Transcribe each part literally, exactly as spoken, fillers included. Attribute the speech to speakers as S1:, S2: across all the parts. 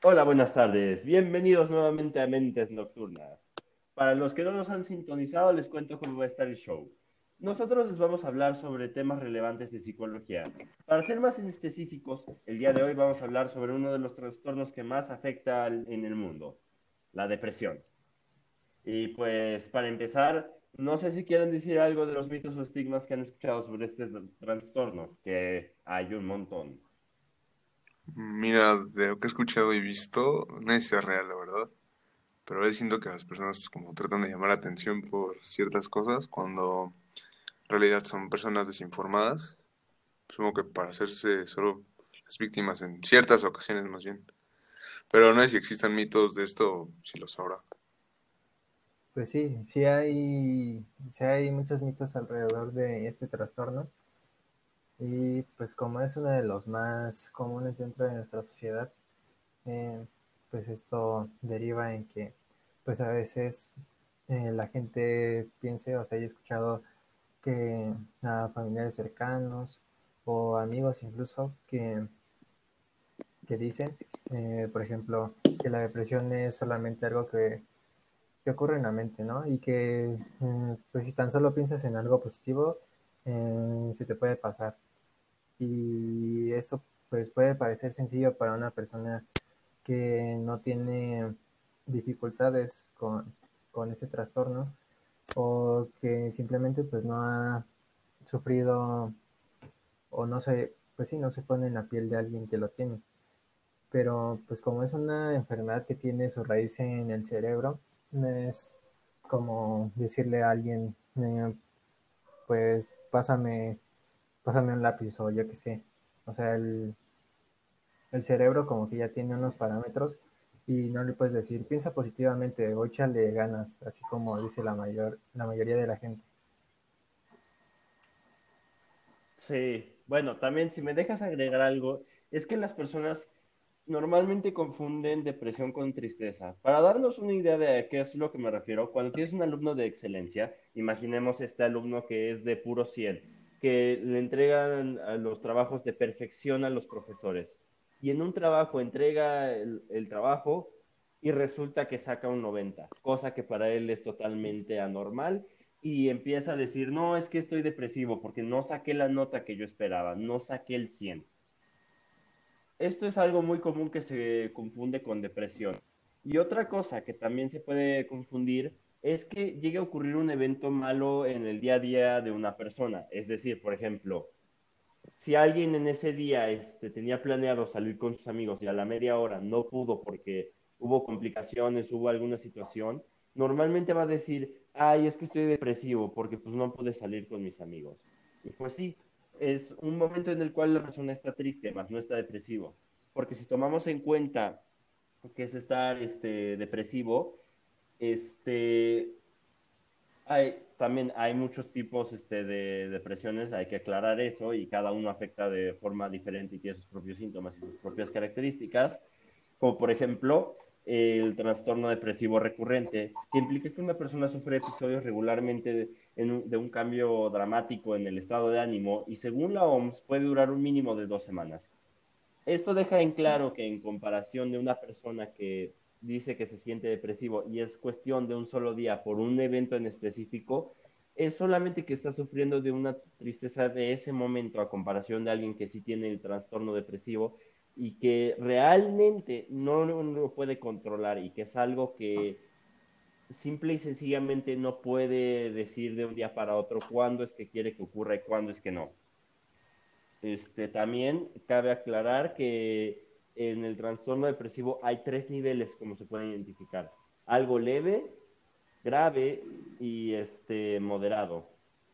S1: Hola, buenas tardes. Bienvenidos nuevamente a Mentes Nocturnas. Para los que no nos han sintonizado, les cuento cómo va a estar el show. Nosotros les vamos a hablar sobre temas relevantes de psicología. Para ser más específicos, el día de hoy vamos a hablar sobre uno de los trastornos que más afecta al- en el mundo, la depresión. Y pues para empezar, no sé si quieren decir algo de los mitos o estigmas que han escuchado sobre este trastorno, que hay un montón.
S2: Mira, de lo que he escuchado y visto, no es si es real, la verdad, pero a veces siento que las personas como tratan de llamar la atención por ciertas cosas cuando en realidad son personas desinformadas, supongo que para hacerse solo las víctimas en ciertas ocasiones más bien, pero no sé si existan mitos de esto o si los habrá.
S3: Pues sí, sí hay, sí hay muchos mitos alrededor de este trastorno y pues como es uno de los más comunes dentro de nuestra sociedad, eh, pues esto deriva en que pues a veces eh, la gente piense, o sea, he escuchado que a familiares cercanos o amigos incluso que, que dicen, eh, por ejemplo, que la depresión es solamente algo que que ocurre en la mente, ¿no? Y que, eh, pues si tan solo piensas en algo positivo, eh, se te puede pasar. Y eso, pues puede parecer sencillo para una persona que no tiene dificultades con, con ese trastorno o que simplemente pues no ha sufrido o no se, pues sí, no se pone en la piel de alguien que lo tiene. Pero pues como es una enfermedad que tiene su raíz en el cerebro, no es como decirle a alguien, eh, pues pásame, pásame un lápiz o yo qué sé. O sea, el, el cerebro como que ya tiene unos parámetros y no le puedes decir, piensa positivamente o échale ganas, así como dice la mayor, la mayoría de la gente.
S1: Sí, bueno, también si me dejas agregar algo, es que las personas normalmente confunden depresión con tristeza. Para darnos una idea de a qué es lo que me refiero, cuando tienes un alumno de excelencia, imaginemos este alumno que es de puro cien, que le entregan a los trabajos de perfección a los profesores, y en un trabajo entrega el, el trabajo y resulta que saca un noventa, cosa que para él es totalmente anormal y empieza a decir, no, es que estoy depresivo porque no saqué la nota que yo esperaba, no saqué el cien. Esto es algo muy común que se confunde con depresión. Y otra cosa que también se puede confundir es que llegue a ocurrir un evento malo en el día a día de una persona. Es decir, por ejemplo, si alguien en ese día este, tenía planeado salir con sus amigos y a la media hora no pudo porque hubo complicaciones, hubo alguna situación, normalmente va a decir, ay, es que estoy depresivo porque pues no pude salir con mis amigos. Y pues sí, es un momento en el cual la persona está triste, más no está depresivo. Porque si tomamos en cuenta que es estar este, depresivo, este, hay, también hay muchos tipos este, de depresiones, hay que aclarar eso, y cada uno afecta de forma diferente y tiene sus propios síntomas y sus propias características, como por ejemplo el trastorno depresivo recurrente, que implica que una persona sufre episodios regularmente de, en un, de un cambio dramático en el estado de ánimo y según la O M S puede durar un mínimo de dos semanas. Esto deja en claro que en comparación de una persona que dice que se siente depresivo y es cuestión de un solo día por un evento en específico, es solamente que está sufriendo de una tristeza de ese momento a comparación de alguien que sí tiene el trastorno depresivo y que realmente no lo puede controlar y que es algo que simple y sencillamente no puede decir de un día para otro cuándo es que quiere que ocurra y cuándo es que no. Este, también cabe aclarar que en el trastorno depresivo hay tres niveles como se pueden identificar. Algo leve, grave y este, moderado.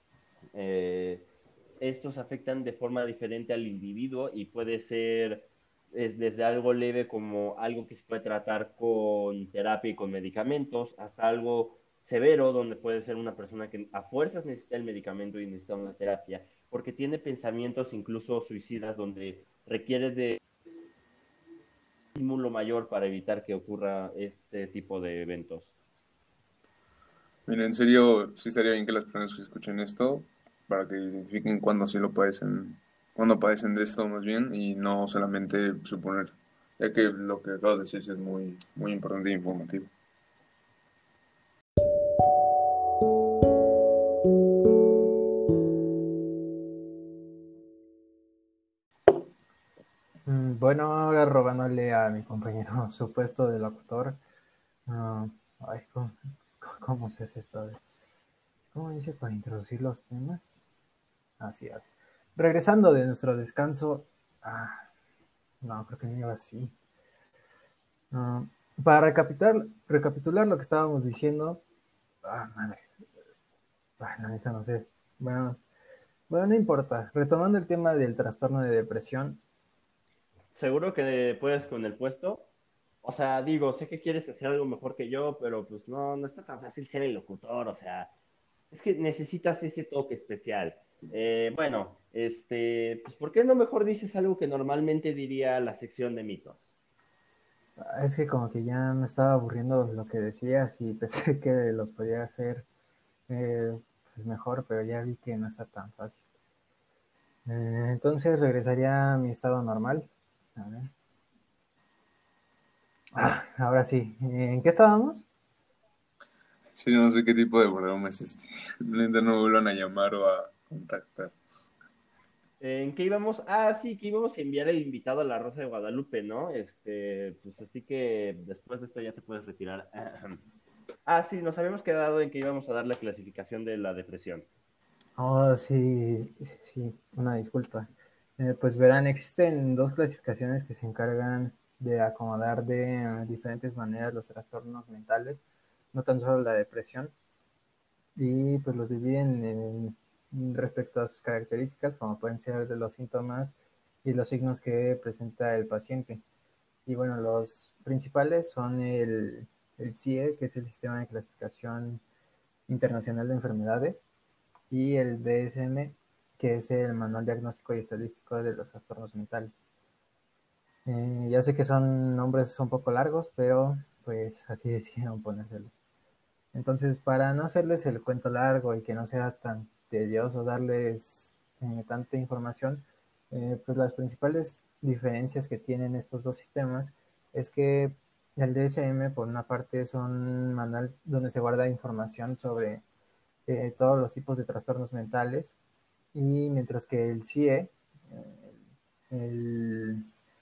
S1: Eh, Estos afectan de forma diferente al individuo y puede ser es desde algo leve como algo que se puede tratar con terapia y con medicamentos, hasta algo severo donde puede ser una persona que a fuerzas necesita el medicamento y necesita una terapia, porque tiene pensamientos incluso suicidas donde requiere de estímulo mayor para evitar que ocurra este tipo de eventos.
S2: Mira, en serio, sí estaría bien que las personas que escuchen esto, para que identifiquen cuándo sí lo padecen, cuándo padecen de esto más bien, y no solamente suponer. ya que lo que acabas de decir sí es muy, muy importante e informativo.
S3: Mm, Bueno, ahora robándole a mi compañero su puesto de locutor. ah, ay, ¿cómo, cómo se hace esto? ¿Cómo dice para introducir los temas? Así, es. Regresando de nuestro descanso. Ah, no, creo que no iba así. Ah, para recapitular, recapitular lo que estábamos diciendo. Ah, madre. Ah, la neta no sé. Bueno, bueno, no importa. Retomando el tema del trastorno de depresión.
S1: ¿Seguro que puedes con el puesto? O sea, digo, sé que quieres hacer algo mejor que yo, pero pues no, no está tan fácil ser el locutor, o sea, es que necesitas ese toque especial. Eh, bueno, este, pues ¿por qué no mejor dices algo que normalmente diría la sección de mitos?
S3: ah, Es que como que ya me estaba aburriendo lo que decías y pensé que lo podía hacer eh, pues mejor, pero ya vi que no está tan fácil. Eh, entonces regresaría a mi estado normal. A ver. Ah, ahora sí. ¿En qué estábamos?
S2: Sí, no sé qué tipo de broma es este. Neta, no me vuelvan a llamar o a contactar.
S1: ¿En qué íbamos? Ah, sí, que íbamos a enviar el invitado a la Rosa de Guadalupe, ¿no? Este, pues así que después de esto ya te puedes retirar. Ah, sí, nos habíamos quedado en que íbamos a dar la clasificación de la depresión.
S3: Oh, sí, sí, sí, una disculpa. Eh, pues verán, existen dos clasificaciones que se encargan de acomodar de eh, diferentes maneras los trastornos mentales, no tan solo la depresión, y pues los dividen en, respecto a sus características, como pueden ser de los síntomas y los signos que presenta el paciente. Y bueno, los principales son el, el C I E, que es el Sistema de Clasificación Internacional de Enfermedades, y el D S M, que es el Manual Diagnóstico y Estadístico de los Trastornos Mentales. Eh, ya sé que son nombres un poco largos, pero pues así decidieron ponérselos. Entonces, para no hacerles el cuento largo y que no sea tan tedioso darles eh, tanta información, eh, pues las principales diferencias que tienen estos dos sistemas es que el D S M, por una parte, es un manual donde se guarda información sobre eh, todos los tipos de trastornos mentales, y mientras que el C I E, el,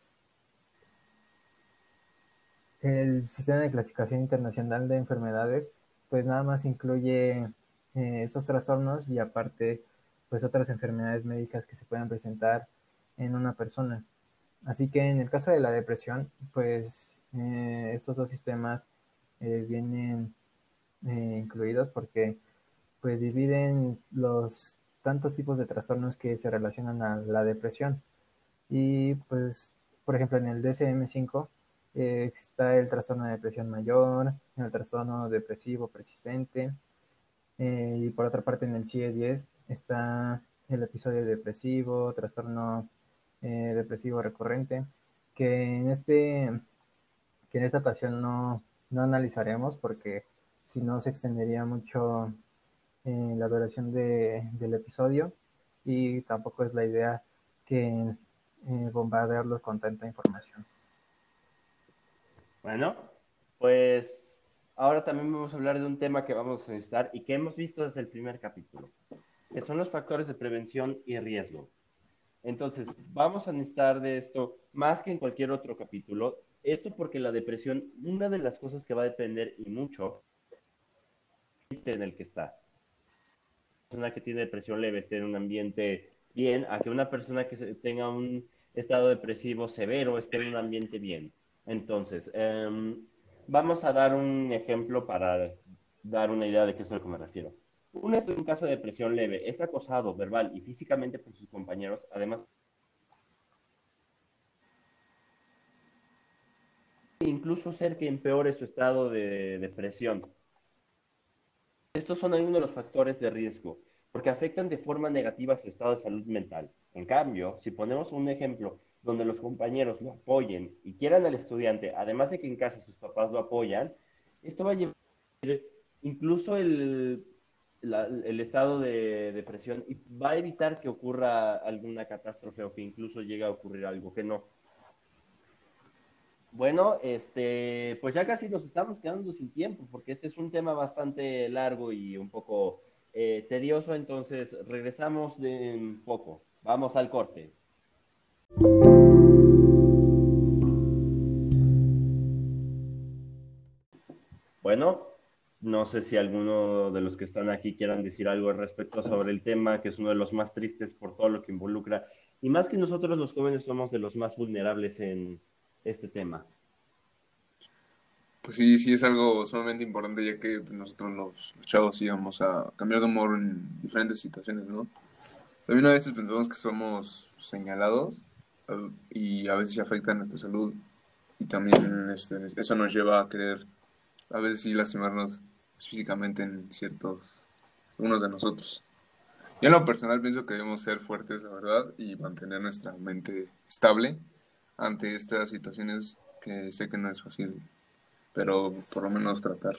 S3: el Sistema de Clasificación Internacional de Enfermedades, pues nada más incluye eh, esos trastornos y aparte, pues otras enfermedades médicas que se puedan presentar en una persona. Así que en el caso de la depresión, pues eh, estos dos sistemas eh, vienen eh, incluidos porque pues dividen los tantos tipos de trastornos que se relacionan a la depresión. Y pues, por ejemplo, en el D S M cinco eh, está el trastorno de depresión mayor, el trastorno depresivo persistente, eh, y por otra parte en el C I E diez está el episodio depresivo, trastorno eh, depresivo recurrente, que en este que en esta ocasión no, no analizaremos porque si no se extendería mucho eh, la duración de, del episodio, y tampoco es la idea que eh, bombardearlos con tanta información.
S1: Bueno, pues ahora también vamos a hablar de un tema que vamos a necesitar y que hemos visto desde el primer capítulo, que son los factores de prevención y riesgo. Entonces, vamos a necesitar de esto más que en cualquier otro capítulo. Esto porque la depresión, una de las cosas que va a depender y mucho en el que está. Una persona que tiene depresión leve esté en un ambiente bien, a que una persona que tenga un estado depresivo severo esté en un ambiente bien. Entonces, um, vamos a dar un ejemplo para dar una idea de qué es a lo que me refiero. Un, un caso de depresión leve es acosado verbal y físicamente por sus compañeros, además incluso ser que empeore su estado de depresión. Estos son algunos de los factores de riesgo, porque afectan de forma negativa su estado de salud mental. En cambio, si ponemos un ejemplo donde los compañeros lo apoyen y quieran al estudiante, además de que en casa sus papás lo apoyan, esto va a llevar incluso el, la, el estado de depresión y va a evitar que ocurra alguna catástrofe o que incluso llegue a ocurrir algo que no. Bueno, este, pues ya casi nos estamos quedando sin tiempo, porque este es un tema bastante largo y un poco eh, tedioso, entonces regresamos de un poco. Vamos al corte. Bueno, no sé si alguno de los que están aquí quieran decir algo al respecto sobre el tema, que es uno de los más tristes por todo lo que involucra, y más que nosotros los jóvenes somos de los más vulnerables en este tema.
S2: Pues sí, sí es algo sumamente importante ya que pues, nosotros los, los chavos íbamos a cambiar de humor en diferentes situaciones, ¿no? También a veces pensamos que somos señalados eh, y a veces se afecta nuestra salud y también este, eso nos lleva a querer a veces sí lastimarnos físicamente en ciertos, algunos de nosotros. Yo en lo personal pienso que debemos ser fuertes, la verdad, y mantener nuestra mente estable ante estas situaciones que sé que no es fácil, pero por lo menos tratar.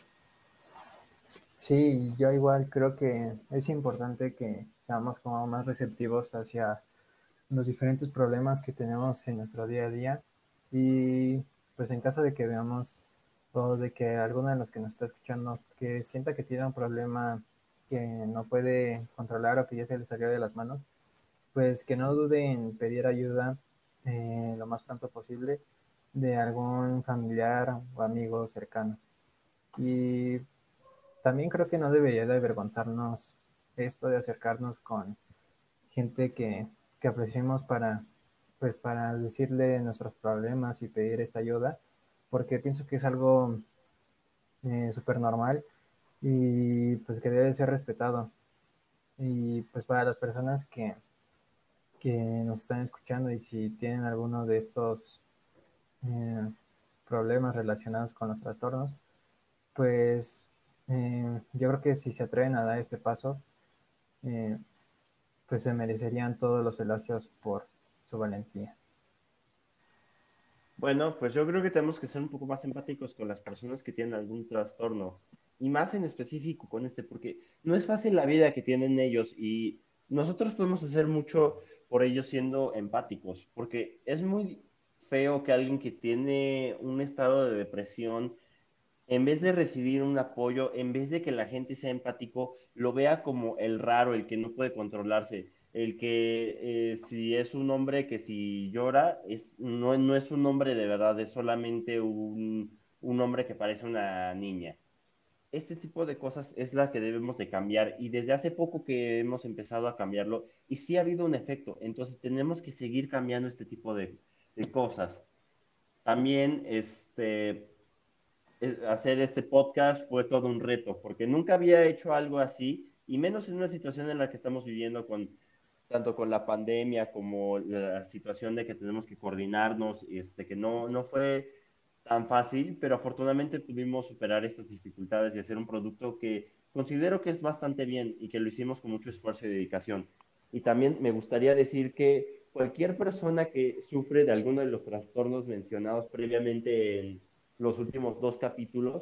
S3: Sí, yo igual creo que es importante que seamos como más receptivos hacia los diferentes problemas que tenemos en nuestro día a día y pues en caso de que veamos o de que alguno de los que nos está escuchando que sienta que tiene un problema que no puede controlar o que ya se le salió de las manos, pues que no dude en pedir ayuda eh, lo más pronto posible de algún familiar o amigo cercano. Y también creo que no debería de avergonzarnos esto de acercarnos con gente que, que apreciemos para, pues, para decirle nuestros problemas y pedir esta ayuda, porque pienso que es algo eh, súper normal y pues que debe ser respetado. Y pues para las personas que, que nos están escuchando y si tienen alguno de estos eh, problemas relacionados con los trastornos, pues eh, yo creo que si se atreven a dar este paso, eh, pues se merecerían todos los elogios por su valentía.
S1: Bueno, pues yo creo que tenemos que ser un poco más empáticos con las personas que tienen algún trastorno y más en específico con este, porque no es fácil la vida que tienen ellos y nosotros podemos hacer mucho por ellos siendo empáticos, porque es muy feo que alguien que tiene un estado de depresión en vez de recibir un apoyo, en vez de que la gente sea empático, lo vea como el raro, el que no puede controlarse, el que eh, si es un hombre que si llora, es, no, no es un hombre de verdad, es solamente un, un hombre que parece una niña. Este tipo de cosas es la que debemos de cambiar y desde hace poco que hemos empezado a cambiarlo y sí ha habido un efecto, entonces tenemos que seguir cambiando este tipo de, de cosas. También, este, hacer este podcast fue todo un reto, porque nunca había hecho algo así, y menos en una situación en la que estamos viviendo con tanto con la pandemia como la situación de que tenemos que coordinarnos, este, que no, no fue tan fácil, pero afortunadamente pudimos superar estas dificultades y hacer un producto que considero que es bastante bien y que lo hicimos con mucho esfuerzo y dedicación. Y también me gustaría decir que cualquier persona que sufre de alguno de los trastornos mencionados previamente en los últimos dos capítulos,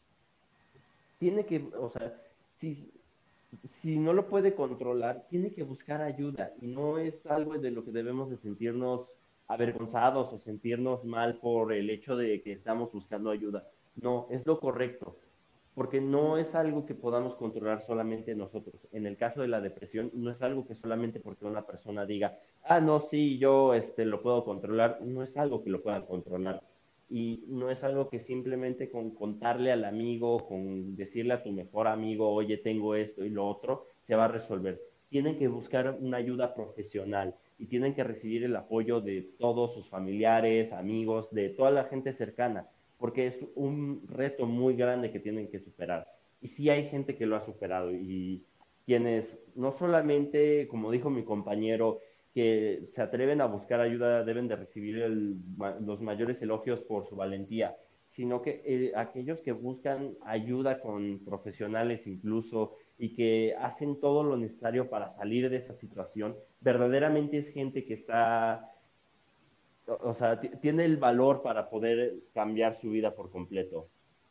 S1: tiene que, o sea, si, si no lo puede controlar, tiene que buscar ayuda y no es algo de lo que debemos de sentirnos avergonzados o sentirnos mal por el hecho de que estamos buscando ayuda. No, es lo correcto, porque no es algo que podamos controlar solamente nosotros. En el caso de la depresión, no es algo que solamente porque una persona diga, ah, no, sí, yo este, lo puedo controlar, no es algo que lo puedan controlar. Y no es algo que simplemente con contarle al amigo, con decirle a tu mejor amigo, oye, tengo esto y lo otro, se va a resolver. Tienen que buscar una ayuda profesional y tienen que recibir el apoyo de todos sus familiares, amigos, de toda la gente cercana, porque es un reto muy grande que tienen que superar. Y sí hay gente que lo ha superado y quienes no solamente, como dijo mi compañero, que se atreven a buscar ayuda deben de recibir el, los mayores elogios por su valentía, sino que eh, aquellos que buscan ayuda con profesionales incluso y que hacen todo lo necesario para salir de esa situación, verdaderamente es gente que está, o, o sea, tiene el valor para poder cambiar su vida por completo.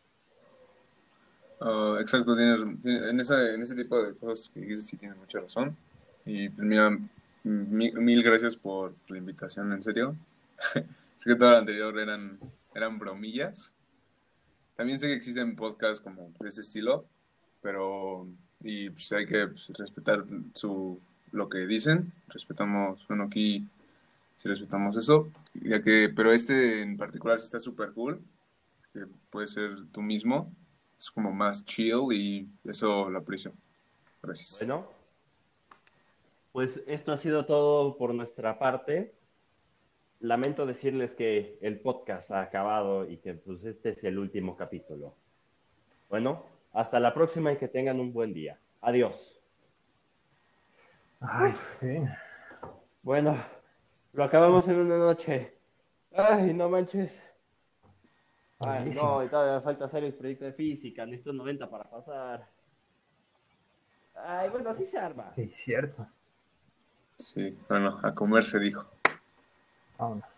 S2: Uh, exacto, tienes, tienes- en, esa, en ese tipo de cosas que dices sí tienes mucha razón. Y pues mira, mi- mil gracias por la invitación, en serio. Sé que todo lo anterior eran eran bromillas. También sé que existen podcasts como de ese estilo, pero y pues hay que pues, respetar su lo que dicen. Respetamos, bueno, aquí sí respetamos eso, ya que, pero este en particular sí está súper cool, que puede ser tú mismo, es como más chill y eso lo aprecio. Gracias.
S1: Bueno, pues esto ha sido todo por nuestra parte. Lamento decirles que el podcast ha acabado y que pues este es el último capítulo. Bueno, hasta la próxima y que tengan un buen día. Adiós.
S3: Ay,
S1: Uf,
S3: sí.
S1: bueno, lo acabamos en una noche. Ay, no manches. Ay,
S3: Buenísimo.
S1: no, y todavía me falta hacer el proyecto de física. Necesito noventa para pasar. Ay, bueno, así se arma.
S3: Sí, cierto.
S2: Sí, bueno, a comer se dijo.
S3: Vámonos.